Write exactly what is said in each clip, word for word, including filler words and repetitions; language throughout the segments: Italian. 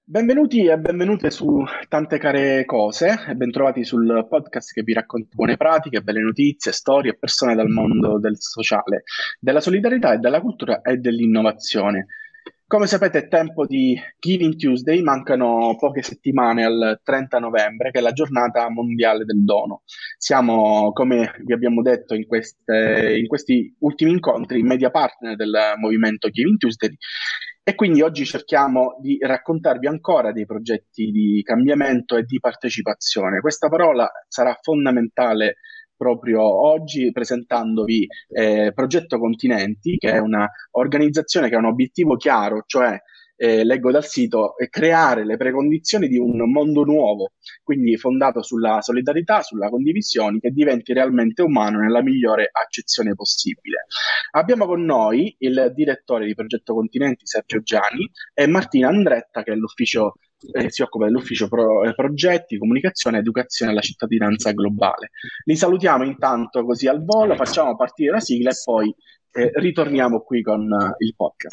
Benvenuti e benvenute su Tante Care Cose e bentrovati sul podcast che vi racconta buone pratiche, belle notizie, storie e persone dal mondo del sociale, della solidarietà e della cultura e dell'innovazione. Come sapete è tempo di Giving Tuesday, mancano poche settimane al trenta novembre, che è la giornata mondiale del dono. Siamo, come vi abbiamo detto in, queste- in questi ultimi incontri, media partner del movimento Giving Tuesday e quindi oggi cerchiamo di raccontarvi ancora dei progetti di cambiamento e di partecipazione. Questa parola sarà fondamentale proprio oggi presentandovi eh, Progetto Continenti, che è una organizzazione che ha un obiettivo chiaro, cioè eh, leggo dal sito, eh, creare le precondizioni di un mondo nuovo, quindi fondato sulla solidarietà, sulla condivisione, che diventi realmente umano nella migliore accezione possibile. Abbiamo con noi il direttore di Progetto Continenti, Sergio Giani, e Martina Andretta, che è l'ufficio, eh, si occupa dell'ufficio pro, eh, progetti, comunicazione e educazione alla cittadinanza globale. Li salutiamo intanto così al volo, facciamo partire la sigla e poi eh, ritorniamo qui con uh, il podcast.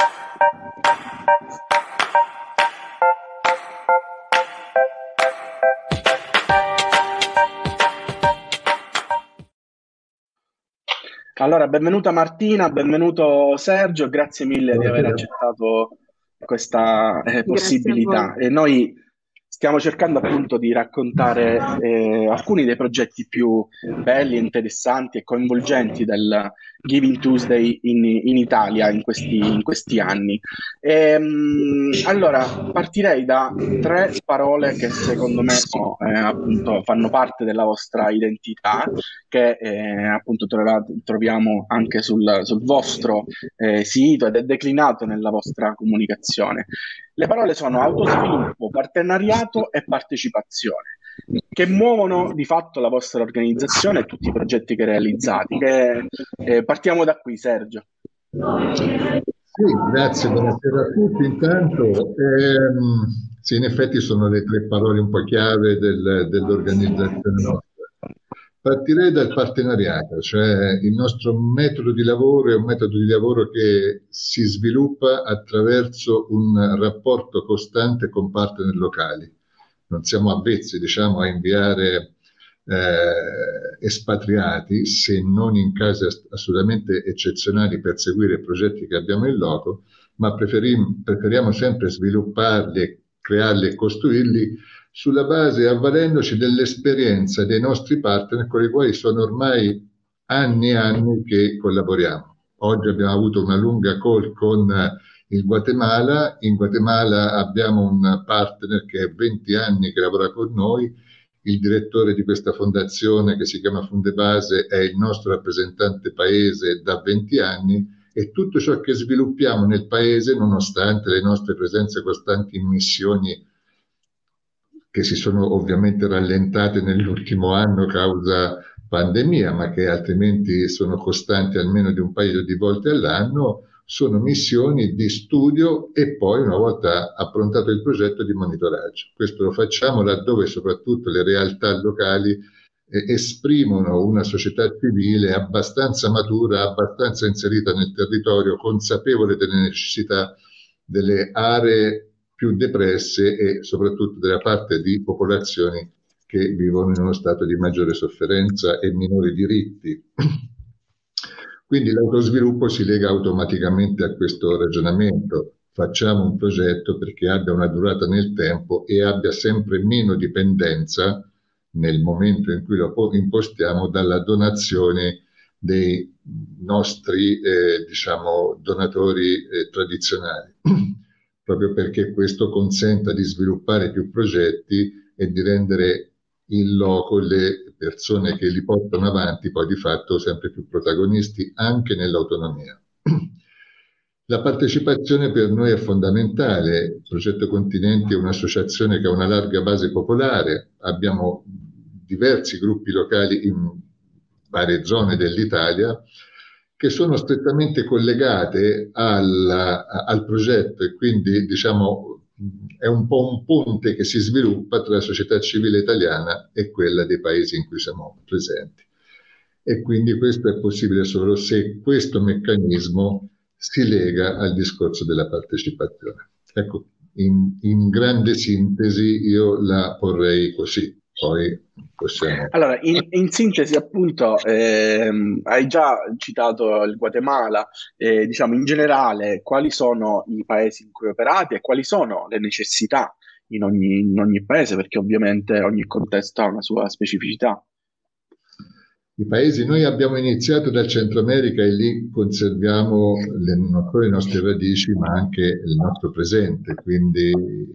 Allora, benvenuta Martina, benvenuto Sergio, grazie mille di aver accettato questa eh, Grazie a voi. possibilità. E noi stiamo cercando appunto di raccontare eh, alcuni dei progetti più belli, interessanti e coinvolgenti del Giving Tuesday in, in Italia in questi, in questi anni. Ehm, allora, partirei da tre parole che secondo me oh, eh, appunto fanno parte della vostra identità, che eh, appunto trovate- troviamo anche sul, sul vostro eh, sito ed è declinato nella vostra comunicazione. Le parole sono autosviluppo, partenariato e partecipazione, che muovono di fatto la vostra organizzazione e tutti i progetti che realizzate. Che, eh, partiamo da qui, Sergio. Sì, grazie, buonasera a tutti. Intanto, ehm, sì, in effetti sono le tre parole un po' chiave del- dell'organizzazione nostra. Partirei dal partenariato, cioè il nostro metodo di lavoro è un metodo di lavoro che si sviluppa attraverso un rapporto costante con partner locali. Non siamo avvezzi, diciamo, a inviare eh, espatriati, se non in casi ass- assolutamente eccezionali per seguire i progetti che abbiamo in loco, ma preferim- preferiamo sempre svilupparli, crearli e costruirli sulla base, avvalendoci dell'esperienza dei nostri partner con i quali sono ormai anni e anni che collaboriamo. Oggi abbiamo avuto una lunga call con eh, il Guatemala. In Guatemala abbiamo un partner che è venti anni che lavora con noi. Il direttore di questa fondazione, che si chiama Fundebase, è il nostro rappresentante paese da venti anni e tutto ciò che sviluppiamo nel paese, nonostante le nostre presenze costanti in missioni che si sono ovviamente rallentate nell'ultimo anno causa pandemia, ma che altrimenti sono costanti almeno di un paio di volte all'anno, sono missioni di studio e poi, una volta approntato il progetto, di monitoraggio. Questo lo facciamo laddove soprattutto le realtà locali eh, esprimono una società civile abbastanza matura, abbastanza inserita nel territorio, consapevole delle necessità delle aree più depresse e soprattutto della parte di popolazioni che vivono in uno stato di maggiore sofferenza e minori diritti. Quindi l'autosviluppo si lega automaticamente a questo ragionamento. Facciamo un progetto perché abbia una durata nel tempo e abbia sempre meno dipendenza nel momento in cui lo impostiamo dalla donazione dei nostri eh, diciamo, donatori eh, tradizionali, proprio perché questo consenta di sviluppare più progetti e di rendere in loco le persone che li portano avanti poi di fatto sempre più protagonisti anche nell'autonomia. La partecipazione per noi è fondamentale. Il Progetto Continenti è un'associazione che ha una larga base popolare, abbiamo diversi gruppi locali in varie zone dell'Italia che sono strettamente collegate al, al progetto e quindi diciamo è un po' un ponte che si sviluppa tra la società civile italiana e quella dei paesi in cui siamo presenti. E quindi questo è possibile solo se questo meccanismo si lega al discorso della partecipazione. Ecco, in, in grande sintesi io la porrei così. Poi possiamo... Allora, in, in sintesi, appunto, ehm, hai già citato il Guatemala, eh, diciamo in generale, quali sono i paesi in cui operate e quali sono le necessità in ogni, in ogni paese, perché ovviamente ogni contesto ha una sua specificità. I paesi, noi abbiamo iniziato dal Centro America e lì conserviamo le, non solo le nostre radici, ma anche il nostro presente, quindi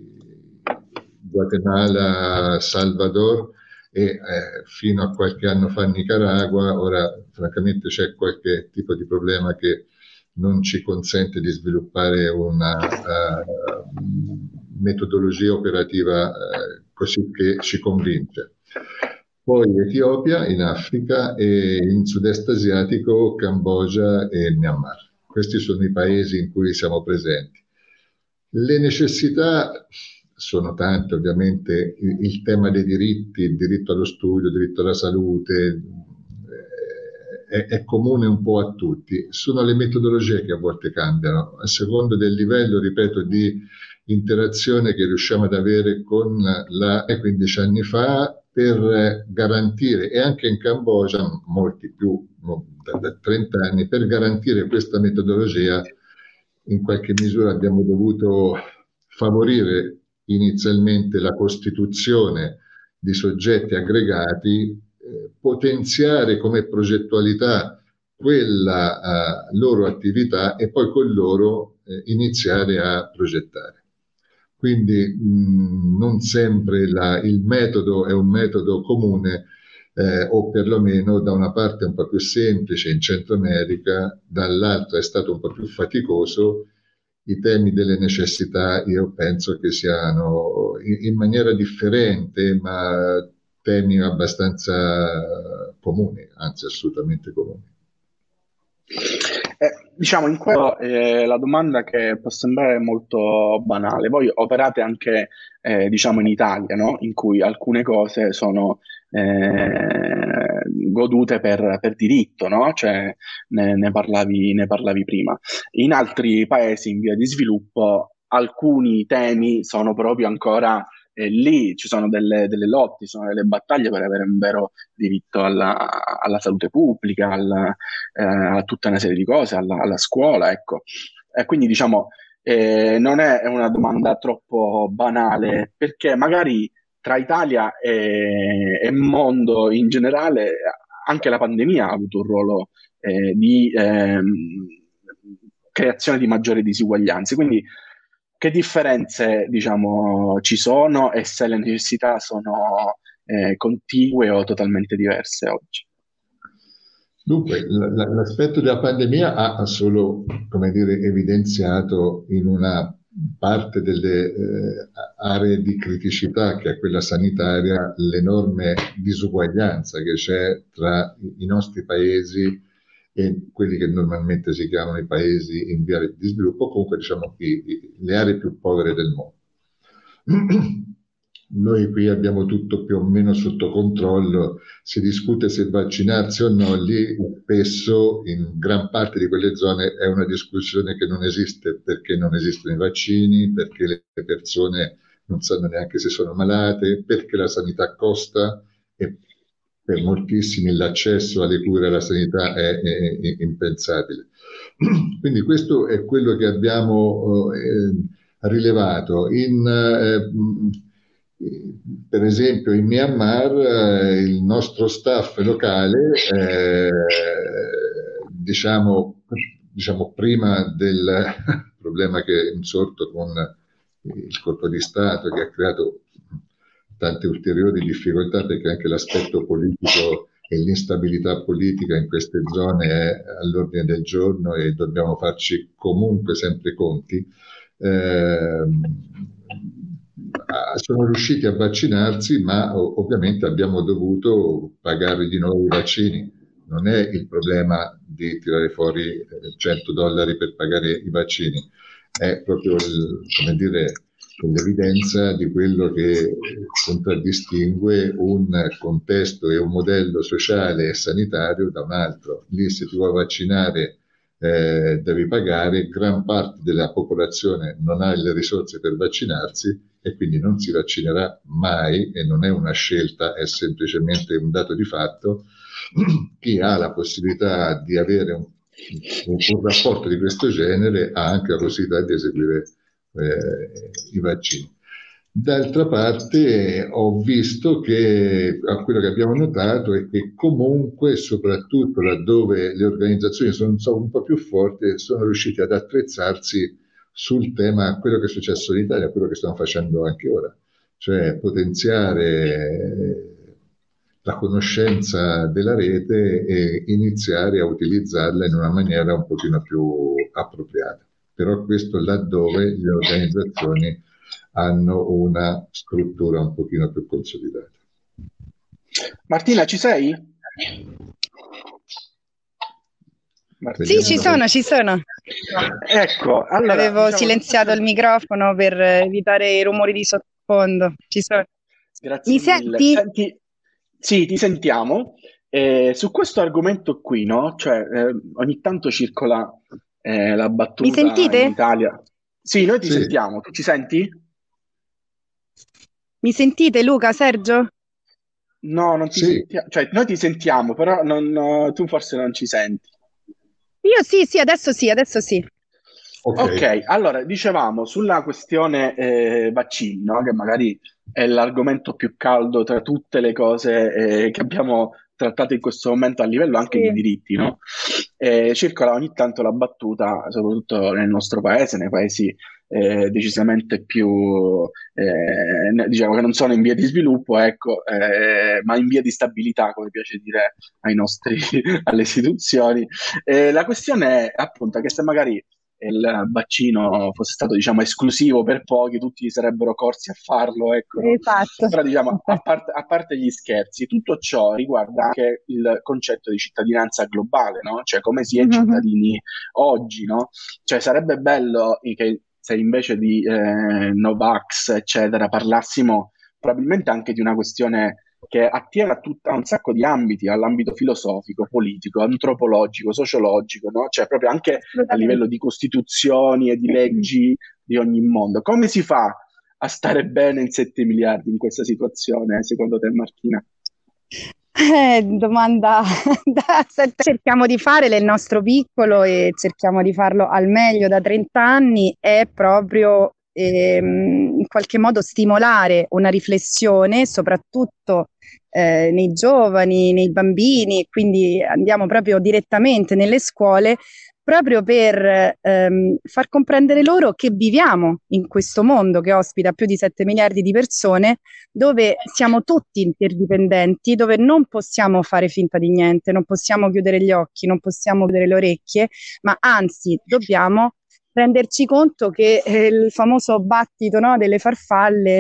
Guatemala, Salvador e eh, fino a qualche anno fa Nicaragua. Ora francamente c'è qualche tipo di problema che non ci consente di sviluppare una uh, metodologia operativa uh, così che ci convince. Poi Etiopia in Africa e in sud-est asiatico Cambogia e Myanmar. Questi sono i paesi in cui siamo presenti. Le necessità sono tante, ovviamente il, il tema dei diritti, il diritto allo studio, il diritto alla salute, eh, è, è comune un po' a tutti. Sono le metodologie che a volte cambiano, a seconda del livello, ripeto, di interazione che riusciamo ad avere con la quindici anni fa per garantire, e anche in Cambogia, molti più, da, da trenta anni, per garantire questa metodologia, in qualche misura abbiamo dovuto favorire inizialmente la costituzione di soggetti aggregati, eh, potenziare come progettualità quella uh, loro attività e poi con loro eh, iniziare a progettare. Quindi mh, non sempre la, il metodo è un metodo comune, eh, o perlomeno da una parte è un po' più semplice in Centro America, dall'altra è stato un po' più faticoso. I temi delle necessità io penso che siano in, in maniera differente, ma temi abbastanza comuni, anzi assolutamente comuni. Eh, diciamo, in quello eh, la domanda che può sembrare molto banale, voi operate anche eh, diciamo in Italia, no? In cui alcune cose sono eh, godute per, per diritto, no? Cioè, ne, ne parlavi, ne parlavi prima. In altri paesi in via di sviluppo alcuni temi sono proprio ancora eh, lì, ci sono delle, delle lotte, ci sono delle battaglie per avere un vero diritto alla, alla salute pubblica, alla, eh, a tutta una serie di cose, alla, alla scuola, ecco. E quindi diciamo, eh, non è una domanda troppo banale, perché magari tra Italia e, e mondo in generale, anche la pandemia ha avuto un ruolo eh, di ehm, creazione di maggiori disuguaglianze. Quindi che differenze, diciamo, ci sono e se le necessità sono eh, contigue o totalmente diverse oggi? Dunque, l- l- l'aspetto della pandemia ha solo, come dire, evidenziato in una parte delle eh, aree di criticità, che è quella sanitaria, l'enorme disuguaglianza che c'è tra i i nostri paesi e quelli che normalmente si chiamano i paesi in via di sviluppo, comunque diciamo i- i- le aree più povere del mondo. Noi qui abbiamo tutto più o meno sotto controllo, si discute se vaccinarsi o no, lì spesso in gran parte di quelle zone è una discussione che non esiste, perché non esistono i vaccini, perché le persone non sanno neanche se sono malate, perché la sanità costa e per moltissimi l'accesso alle cure e alla sanità è, è- è impensabile. Quindi questo è quello che abbiamo eh, rilevato. In, eh, per esempio in Myanmar eh, il nostro staff locale, eh, diciamo, diciamo prima del problema che è insorto con il colpo di Stato, che ha creato tante ulteriori difficoltà, perché anche l'aspetto politico e l'instabilità politica in queste zone è all'ordine del giorno e dobbiamo farci comunque sempre i conti. Eh, sono riusciti a vaccinarsi, ma ovviamente abbiamo dovuto pagare di nuovo i vaccini. Non è il problema di tirare fuori cento dollari per pagare i vaccini, è proprio il, come dire, l'evidenza di quello che contraddistingue un contesto e un modello sociale e sanitario da un altro. Lì se ti vuoi vaccinare eh, devi pagare, gran parte della popolazione non ha le risorse per vaccinarsi e quindi non si vaccinerà mai, e non è una scelta, è semplicemente un dato di fatto. Chi ha la possibilità di avere un, un, un rapporto di questo genere ha anche la possibilità di eseguire eh, i vaccini. D'altra parte ho visto che quello che abbiamo notato è che comunque, soprattutto laddove le organizzazioni sono un po' più forti, sono riusciti ad attrezzarsi sul tema, quello che è successo in Italia, quello che stiamo facendo anche ora, cioè potenziare la conoscenza della rete e iniziare a utilizzarla in una maniera un pochino più appropriata. Però questo laddove le organizzazioni hanno una struttura un pochino più consolidata. Martina, ci sei? Martina, sì, ci sono, ci sono. Ecco, allora, avevo diciamo, silenziato il microfono per evitare i rumori di sottofondo. Ci sono. Grazie Mi mille. senti? Senti, sì, ti sentiamo. Eh, su questo argomento qui, no? Cioè, eh, ogni tanto circola eh, la battuta Mi sentite? in Italia. Sì, noi ti Sì. sentiamo. Tu ci senti? Mi sentite, Luca, Sergio? No, non ti Sì. sentiamo. Cioè, noi ti sentiamo, però non, tu forse non ci senti. Io sì, sì, adesso sì, adesso sì. Ok, okay, allora dicevamo sulla questione eh, vaccini, no? Che magari è l'argomento più caldo tra tutte le cose eh, che abbiamo trattato in questo momento a livello anche Sì. di diritti, no? Eh, circola ogni tanto la battuta, soprattutto nel nostro paese, nei paesi eh, decisamente più, eh, diciamo che non sono in via di sviluppo, ecco, eh, ma in via di stabilità, come piace dire ai nostri, alle istituzioni. Eh, la questione è appunto che se magari il vaccino fosse stato, diciamo, esclusivo per pochi, tutti sarebbero corsi a farlo, ecco, no? Esatto. Però, diciamo, a parte, a parte gli scherzi, tutto ciò riguarda anche il concetto di cittadinanza globale, no? Cioè, come si è cittadini oggi, no? Cioè, sarebbe bello che se invece di eh, Novax, eccetera, parlassimo probabilmente anche di una questione che attiene a, tutta, a un sacco di ambiti, all'ambito filosofico, politico, antropologico, sociologico, no? Cioè proprio anche a livello di costituzioni e di leggi di ogni mondo. Come si fa a stare bene in sette miliardi in questa situazione, secondo te, Martina? Eh, domanda da cerchiamo di fare nel nostro piccolo e cerchiamo di farlo al meglio da trenta anni, è proprio ehm, in qualche modo stimolare una riflessione, soprattutto eh, nei giovani, nei bambini, quindi andiamo proprio direttamente nelle scuole proprio per ehm, far comprendere loro che viviamo in questo mondo che ospita più di sette miliardi di persone, dove siamo tutti interdipendenti, dove non possiamo fare finta di niente, non possiamo chiudere gli occhi, non possiamo chiudere le orecchie, ma anzi dobbiamo renderci conto che eh, il famoso battito, no, delle farfalle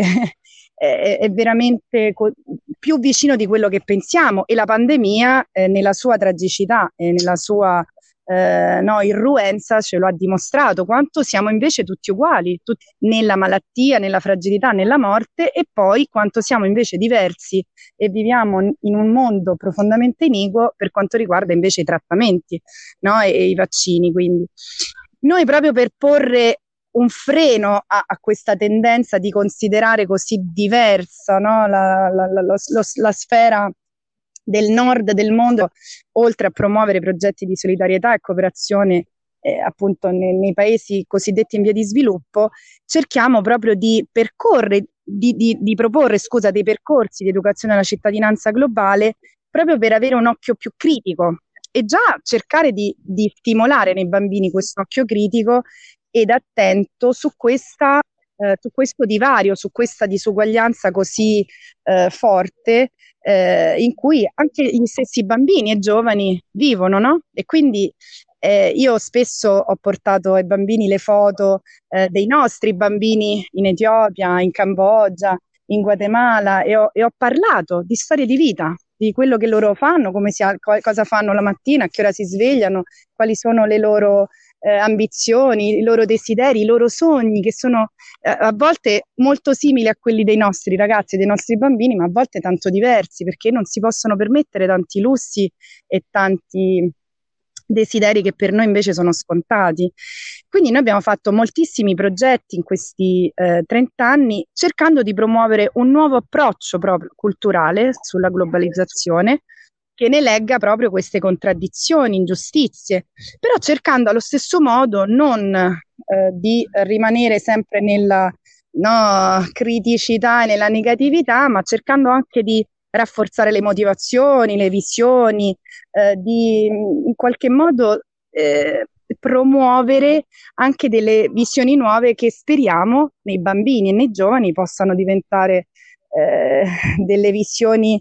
è, è veramente co- più vicino di quello che pensiamo, e la pandemia eh, nella sua tragicità e nella sua Eh, no, irruenza ce lo ha dimostrato, quanto siamo invece tutti uguali, tutti nella malattia, nella fragilità, nella morte, e poi quanto siamo invece diversi e viviamo in un mondo profondamente iniquo per quanto riguarda invece i trattamenti, no? e, e i vaccini. Quindi noi, proprio per porre un freno a, a questa tendenza di considerare così diversa, no? la, la, la, lo, lo, la sfera del nord del mondo, oltre a promuovere progetti di solidarietà e cooperazione eh, appunto nei, nei paesi cosiddetti in via di sviluppo, cerchiamo proprio di percorrere, di, di, di proporre, scusa, dei percorsi di educazione alla cittadinanza globale, proprio per avere un occhio più critico e già cercare di, di stimolare nei bambini questo occhio critico ed attento su questa eh, su questo divario, su questa disuguaglianza così eh, forte, eh, in cui anche gli stessi bambini e giovani vivono, no? E quindi eh, io spesso ho portato ai bambini le foto eh, dei nostri bambini in Etiopia, in Cambogia, in Guatemala, e ho, e ho parlato di storie di vita, di quello che loro fanno, come si, cosa fanno la mattina, a che ora si svegliano, quali sono le loro eh, ambizioni, i loro desideri, i loro sogni, che sono eh, a volte molto simili a quelli dei nostri ragazzi, dei nostri bambini, ma a volte tanto diversi, perché non si possono permettere tanti lussi e tanti desideri che per noi invece sono scontati. Quindi noi abbiamo fatto moltissimi progetti in questi eh, trenta anni cercando di promuovere un nuovo approccio proprio culturale sulla globalizzazione che ne legga proprio queste contraddizioni, ingiustizie, però cercando allo stesso modo non eh, di rimanere sempre nella no, criticità e nella negatività, ma cercando anche di rafforzare le motivazioni, le visioni, eh, di in qualche modo eh, promuovere anche delle visioni nuove che speriamo nei bambini e nei giovani possano diventare eh, delle visioni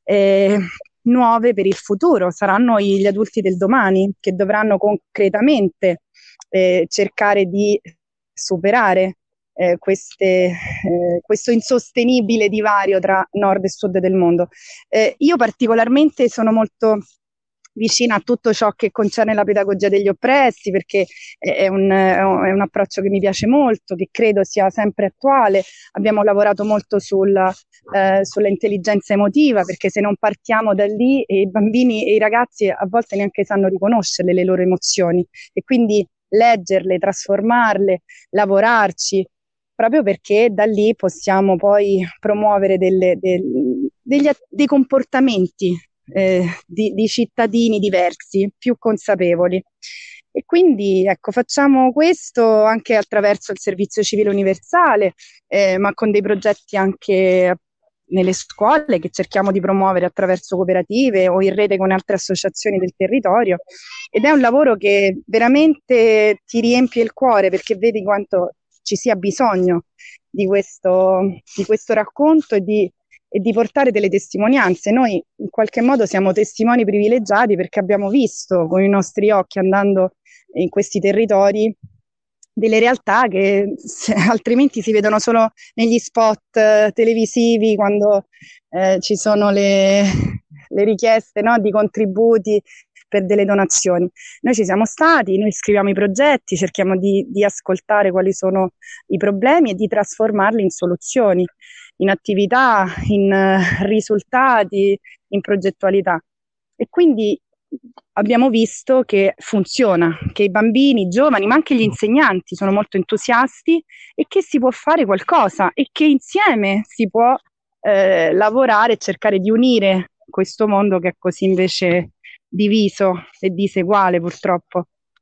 eh, nuove per il futuro. Saranno gli adulti del domani che dovranno concretamente eh, cercare di superare eh, queste, eh, questo insostenibile divario tra nord e sud del mondo. Eh, io particolarmente sono molto vicina a tutto ciò che concerne la pedagogia degli oppressi, perché è un, è un approccio che mi piace molto, che credo sia sempre attuale. Abbiamo lavorato molto sulla, eh, sulla intelligenza emotiva, perché se non partiamo da lì i bambini e i ragazzi a volte neanche sanno riconoscerle le loro emozioni, e quindi leggerle, trasformarle, lavorarci, proprio perché da lì possiamo poi promuovere delle, del, degli, dei comportamenti Eh, di, di cittadini diversi, più consapevoli. E quindi ecco, facciamo questo anche attraverso il servizio civile universale, eh, ma con dei progetti anche nelle scuole che cerchiamo di promuovere attraverso cooperative o in rete con altre associazioni del territorio, ed è un lavoro che veramente ti riempie il cuore, perché vedi quanto ci sia bisogno di questo, di questo racconto e di e di portare delle testimonianze. Noi in qualche modo siamo testimoni privilegiati perché abbiamo visto con i nostri occhi, andando in questi territori, delle realtà che altrimenti si vedono solo negli spot eh, televisivi, quando eh, ci sono le, le richieste, no, di contributi per delle donazioni. Noi ci siamo stati, noi scriviamo i progetti, cerchiamo di, di ascoltare quali sono i problemi e di trasformarli in soluzioni, in attività, in uh, risultati, in progettualità. E quindi abbiamo visto che funziona, che i bambini, i giovani, ma anche gli insegnanti sono molto entusiasti e che si può fare qualcosa e che insieme si può eh, lavorare e cercare di unire questo mondo che è così invece diviso e diseguale, purtroppo.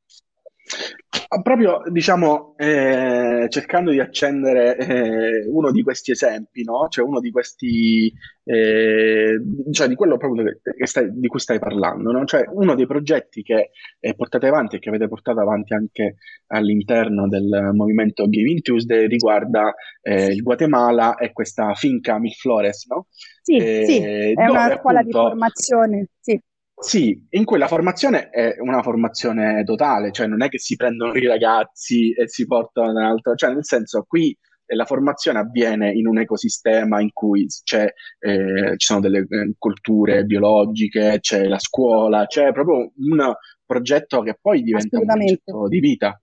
Proprio, diciamo, eh, cercando di accendere eh, uno di questi esempi, no? Cioè uno di questi, eh, cioè di quello proprio che stai, di cui stai parlando, no? Cioè uno dei progetti che eh, portate avanti e che avete portato avanti anche all'interno del movimento Giving Tuesday riguarda eh, il Guatemala e questa finca Mil Flores, no? Sì, Eh, sì, è dove, una scuola appunto, di formazione, sì. Sì, in cui la formazione è una formazione totale, cioè non è che si prendono i ragazzi e si portano da un'altra, cioè nel senso qui eh, la formazione avviene in un ecosistema in cui c'è, eh, ci sono delle eh, culture biologiche, c'è la scuola, c'è proprio un progetto che poi diventa un progetto di vita.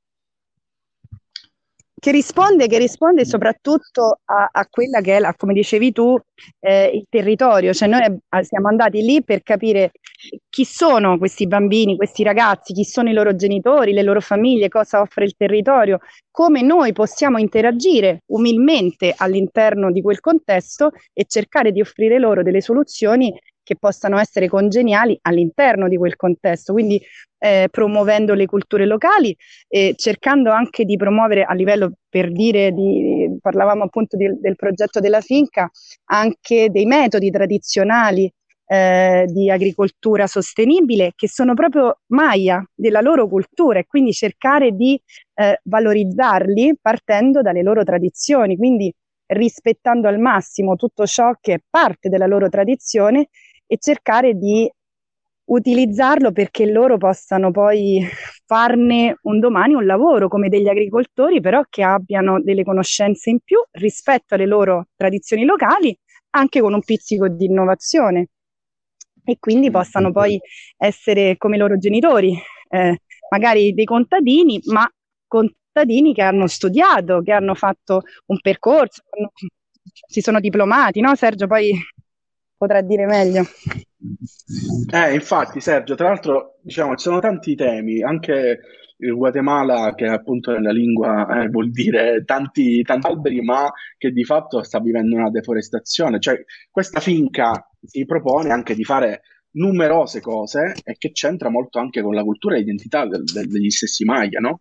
Che risponde, che risponde soprattutto a, a quella che è, la, come dicevi tu, eh, il territorio. Cioè noi siamo andati lì per capire chi sono questi bambini, questi ragazzi, chi sono i loro genitori, le loro famiglie, cosa offre il territorio, come noi possiamo interagire umilmente all'interno di quel contesto e cercare di offrire loro delle soluzioni che possano essere congeniali all'interno di quel contesto, quindi eh, promuovendo le culture locali e cercando anche di promuovere a livello, per dire, di, parlavamo appunto di, del progetto della finca, anche dei metodi tradizionali eh, di agricoltura sostenibile che sono proprio maglia della loro cultura, e quindi cercare di eh, valorizzarli partendo dalle loro tradizioni, quindi rispettando al massimo tutto ciò che è parte della loro tradizione e cercare di utilizzarlo perché loro possano poi farne un domani un lavoro come degli agricoltori, però che abbiano delle conoscenze in più rispetto alle loro tradizioni locali, anche con un pizzico di innovazione, e quindi possano poi essere come i loro genitori, eh, magari dei contadini, ma contadini che hanno studiato, che hanno fatto un percorso, hanno, si sono diplomati, no Sergio? Poi potrà dire meglio. Eh, infatti, Sergio, tra l'altro, diciamo, ci sono tanti temi, anche il Guatemala, che appunto nella lingua eh, vuol dire tanti, tanti alberi, ma che di fatto sta vivendo una deforestazione. Cioè, questa finca si propone anche di fare numerose cose e che c'entra molto anche con la cultura e l'identità del- del- degli stessi Maya, no?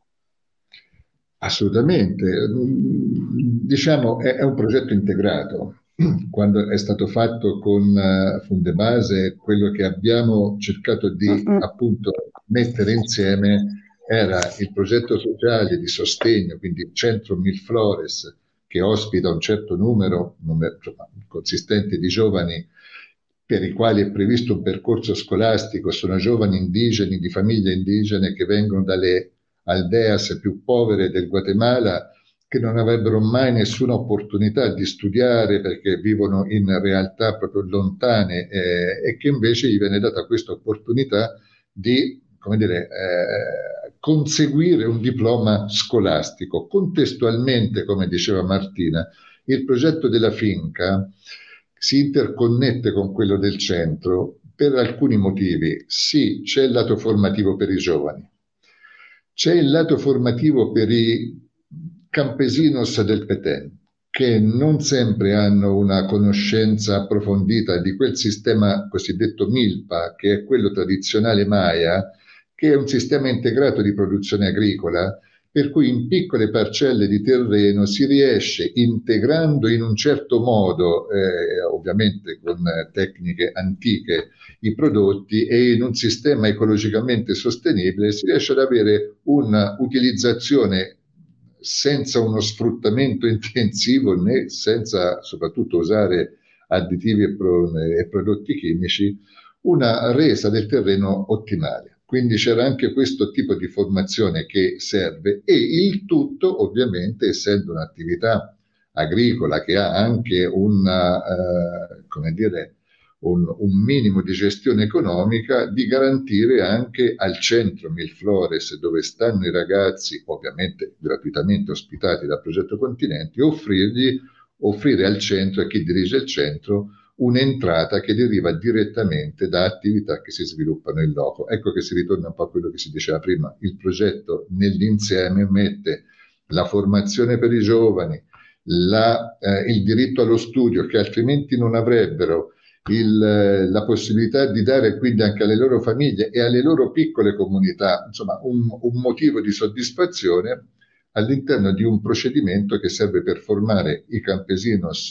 Assolutamente. Diciamo, è, è un progetto integrato. Quando è stato fatto con eh, Fundebase, quello che abbiamo cercato di Mm-mm. appunto mettere insieme era il progetto sociale di sostegno, quindi il Centro Milflores, che ospita un certo numero, numero insomma, consistente di giovani per i quali è previsto un percorso scolastico, sono giovani indigeni di famiglie indigene che vengono dalle aldeas più povere del Guatemala, che non avrebbero mai nessuna opportunità di studiare perché vivono in realtà proprio lontane, eh, e che invece gli viene data questa opportunità di, come dire, eh, conseguire un diploma scolastico. Contestualmente, come diceva Martina, il progetto della finca si interconnette con quello del centro per alcuni motivi. Sì, c'è il lato formativo per i giovani, c'è il lato formativo per i campesinos del Petén, che non sempre hanno una conoscenza approfondita di quel sistema cosiddetto MILPA, che è quello tradizionale Maya, che è un sistema integrato di produzione agricola, per cui in piccole parcelle di terreno si riesce, integrando in un certo modo, eh, ovviamente con tecniche antiche, i prodotti, e in un sistema ecologicamente sostenibile si riesce ad avere un'utilizzazione senza uno sfruttamento intensivo né senza soprattutto usare additivi e, pro- e prodotti chimici, una resa del terreno ottimale. Quindi c'era anche questo tipo di formazione che serve, e il tutto ovviamente, essendo un'attività agricola che ha anche una, eh, come dire, un, un minimo di gestione economica, di garantire anche al centro Milflores, dove stanno i ragazzi, ovviamente gratuitamente ospitati dal progetto Continenti, offrirgli, offrire al centro e a chi dirige il centro un'entrata che deriva direttamente da attività che si sviluppano in loco. Ecco che si ritorna un po' a quello che si diceva prima. Il progetto nell'insieme mette la formazione per i giovani, la, eh, il diritto allo studio, che altrimenti non avrebbero, il, la possibilità di dare quindi anche alle loro famiglie e alle loro piccole comunità, insomma, un, un motivo di soddisfazione all'interno di un procedimento che serve per formare i campesinos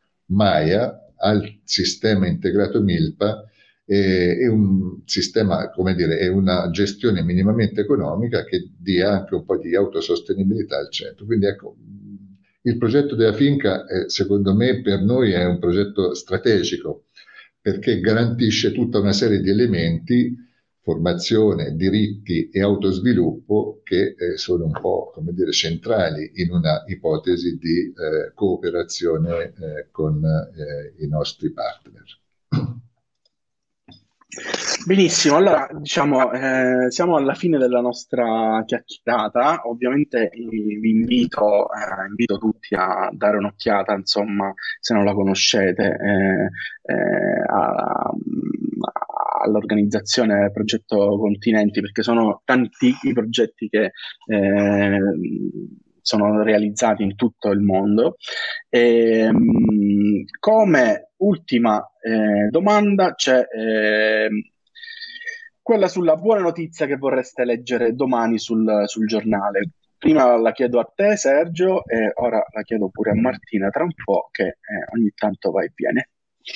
Maya al sistema integrato MILPA. eh, È un sistema, come dire, è una gestione minimamente economica che dia anche un po' di autosostenibilità al centro. Quindi ecco, il progetto della finca, eh, secondo me, per noi è un progetto strategico, perché garantisce tutta una serie di elementi, formazione, diritti e autosviluppo, che eh, sono un po', come dire, centrali in una ipotesi di eh, cooperazione eh, con eh, i nostri partner. Benissimo, allora diciamo, eh, siamo alla fine della nostra chiacchierata. Ovviamente eh, vi invito, eh, invito tutti a dare un'occhiata, insomma, se non la conoscete, eh, eh, a- all'organizzazione Progetto Continenti, perché sono tanti i progetti che eh, sono realizzati in tutto il mondo. E, mh, come ultima eh, domanda c'è eh, quella sulla buona notizia che vorreste leggere domani sul, sul giornale. Prima la chiedo a te, Sergio, e ora la chiedo pure a Martina tra un po', che eh, ogni tanto va e viene.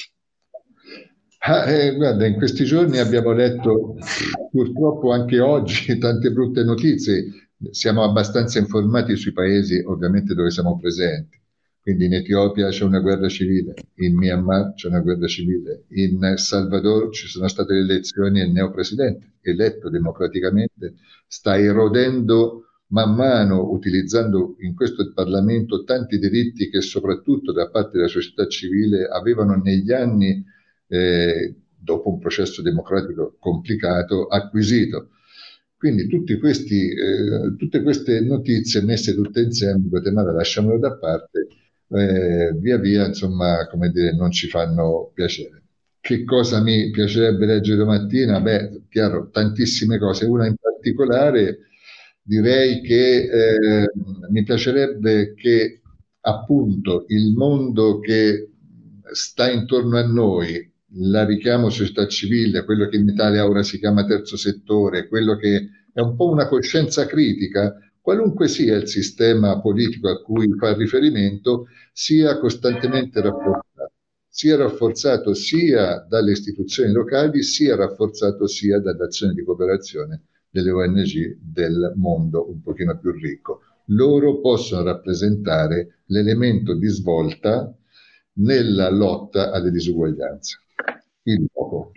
Ah, eh, guarda, in questi giorni abbiamo letto purtroppo anche oggi tante brutte notizie. Siamo abbastanza informati sui paesi ovviamente dove siamo presenti. Quindi in Etiopia c'è una guerra civile, in Myanmar c'è una guerra civile, in Salvador ci sono state le elezioni e il neopresidente, eletto democraticamente, sta erodendo man mano, utilizzando in questo Parlamento tanti diritti che soprattutto da parte della società civile avevano negli anni, eh, dopo un processo democratico complicato, acquisito. Quindi tutti questi, eh, tutte queste notizie messe tutte insieme, Guatemala lasciamolo da parte, eh, via via, insomma, come dire, non ci fanno piacere. che cosa mi piacerebbe leggere domattina? Beh, chiaro, tantissime cose. Una in particolare direi che eh, mi piacerebbe che appunto il mondo che sta intorno a noi, la richiamo società civile, quello che in Italia ora si chiama terzo settore, quello che è un po' una coscienza critica, qualunque sia il sistema politico a cui fa riferimento, sia costantemente rafforzato sia rafforzato sia dalle istituzioni locali, sia rafforzato sia dall'azione di cooperazione delle O N G del mondo un pochino più ricco. Loro possono rappresentare l'elemento di svolta nella lotta alle disuguaglianze. Il poco.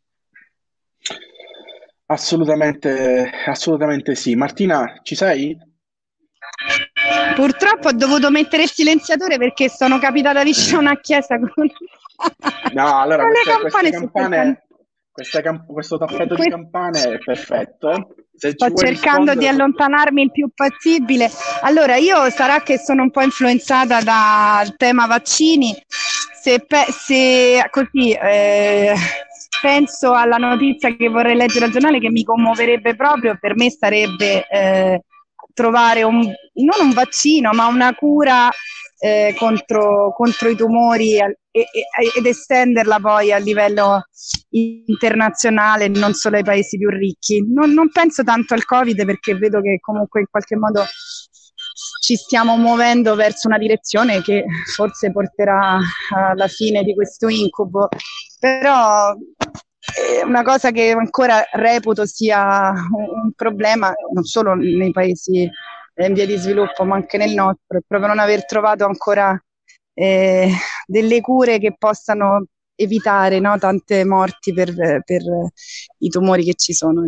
Assolutamente, assolutamente sì. Martina, ci sei? Purtroppo ho dovuto mettere il silenziatore perché sono capitata vicino a una chiesa con, No, allora con le queste, queste campane. campane, queste camp- questo tappeto di Que- campane è perfetto. Se Sto ci vuoi cercando di rispondere, allontanarmi il più possibile. Allora, io sarà che sono un po' influenzata dal tema vaccini. Se, pe- se così eh, penso alla notizia che vorrei leggere al giornale, che mi commuoverebbe proprio, per me sarebbe eh, trovare un, non un vaccino, ma una cura eh, contro, contro i tumori al- e, e- ed estenderla poi a livello internazionale, non solo ai paesi più ricchi. Non, non penso tanto al Covid, perché vedo che comunque in qualche modo ci stiamo muovendo verso una direzione che forse porterà alla fine di questo incubo, però è una cosa che ancora reputo sia un, un problema non solo nei paesi in via di sviluppo, ma anche nel nostro, è proprio non aver trovato ancora eh, delle cure che possano evitare, no, tante morti per, per i tumori che ci sono.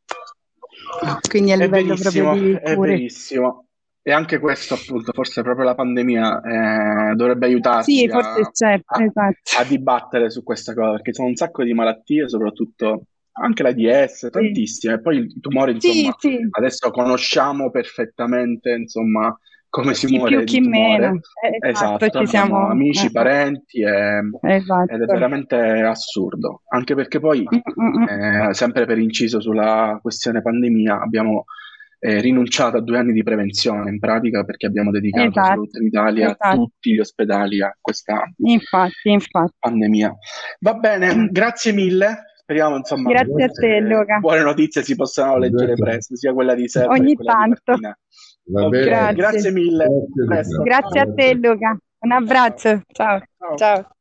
Ecco. Quindi a è livello proprio verissimo, di è cure. verissimo. E anche questo, appunto, forse proprio la pandemia eh, dovrebbe Sì, aiutarci a, forse c'è, a- esatto. a dibattere su questa cosa, perché sono un sacco di malattie, soprattutto anche l'AIDS, Sì, tantissime. E poi i tumori, sì, insomma, sì. adesso conosciamo perfettamente, insomma, come si Chi più muore di chi meno. tumore. Eh, esatto, Esatto, ci abbiamo siamo. amici, eh, parenti e- eh, ed è esatto. veramente assurdo, anche perché poi, Mm, mm, mm. eh, sempre per inciso sulla questione pandemia, abbiamo eh, rinunciato a due anni di prevenzione in pratica perché abbiamo dedicato, soprattutto Esatto, in Italia, esatto. tutti gli ospedali a questa Infatti, infatti. pandemia. Va bene, Mm. grazie mille. Speriamo, insomma, Grazie a te, eh, Luca. buone notizie si possano leggere Grazie. presto, sia quella di Serra che Ogni quella di tanto. Martina. Va Ok, bene. Grazie. grazie mille. A Grazie Luca. presto. Grazie a Ciao. te, Grazie. Luca. Un abbraccio. Ciao. Ciao. Ciao.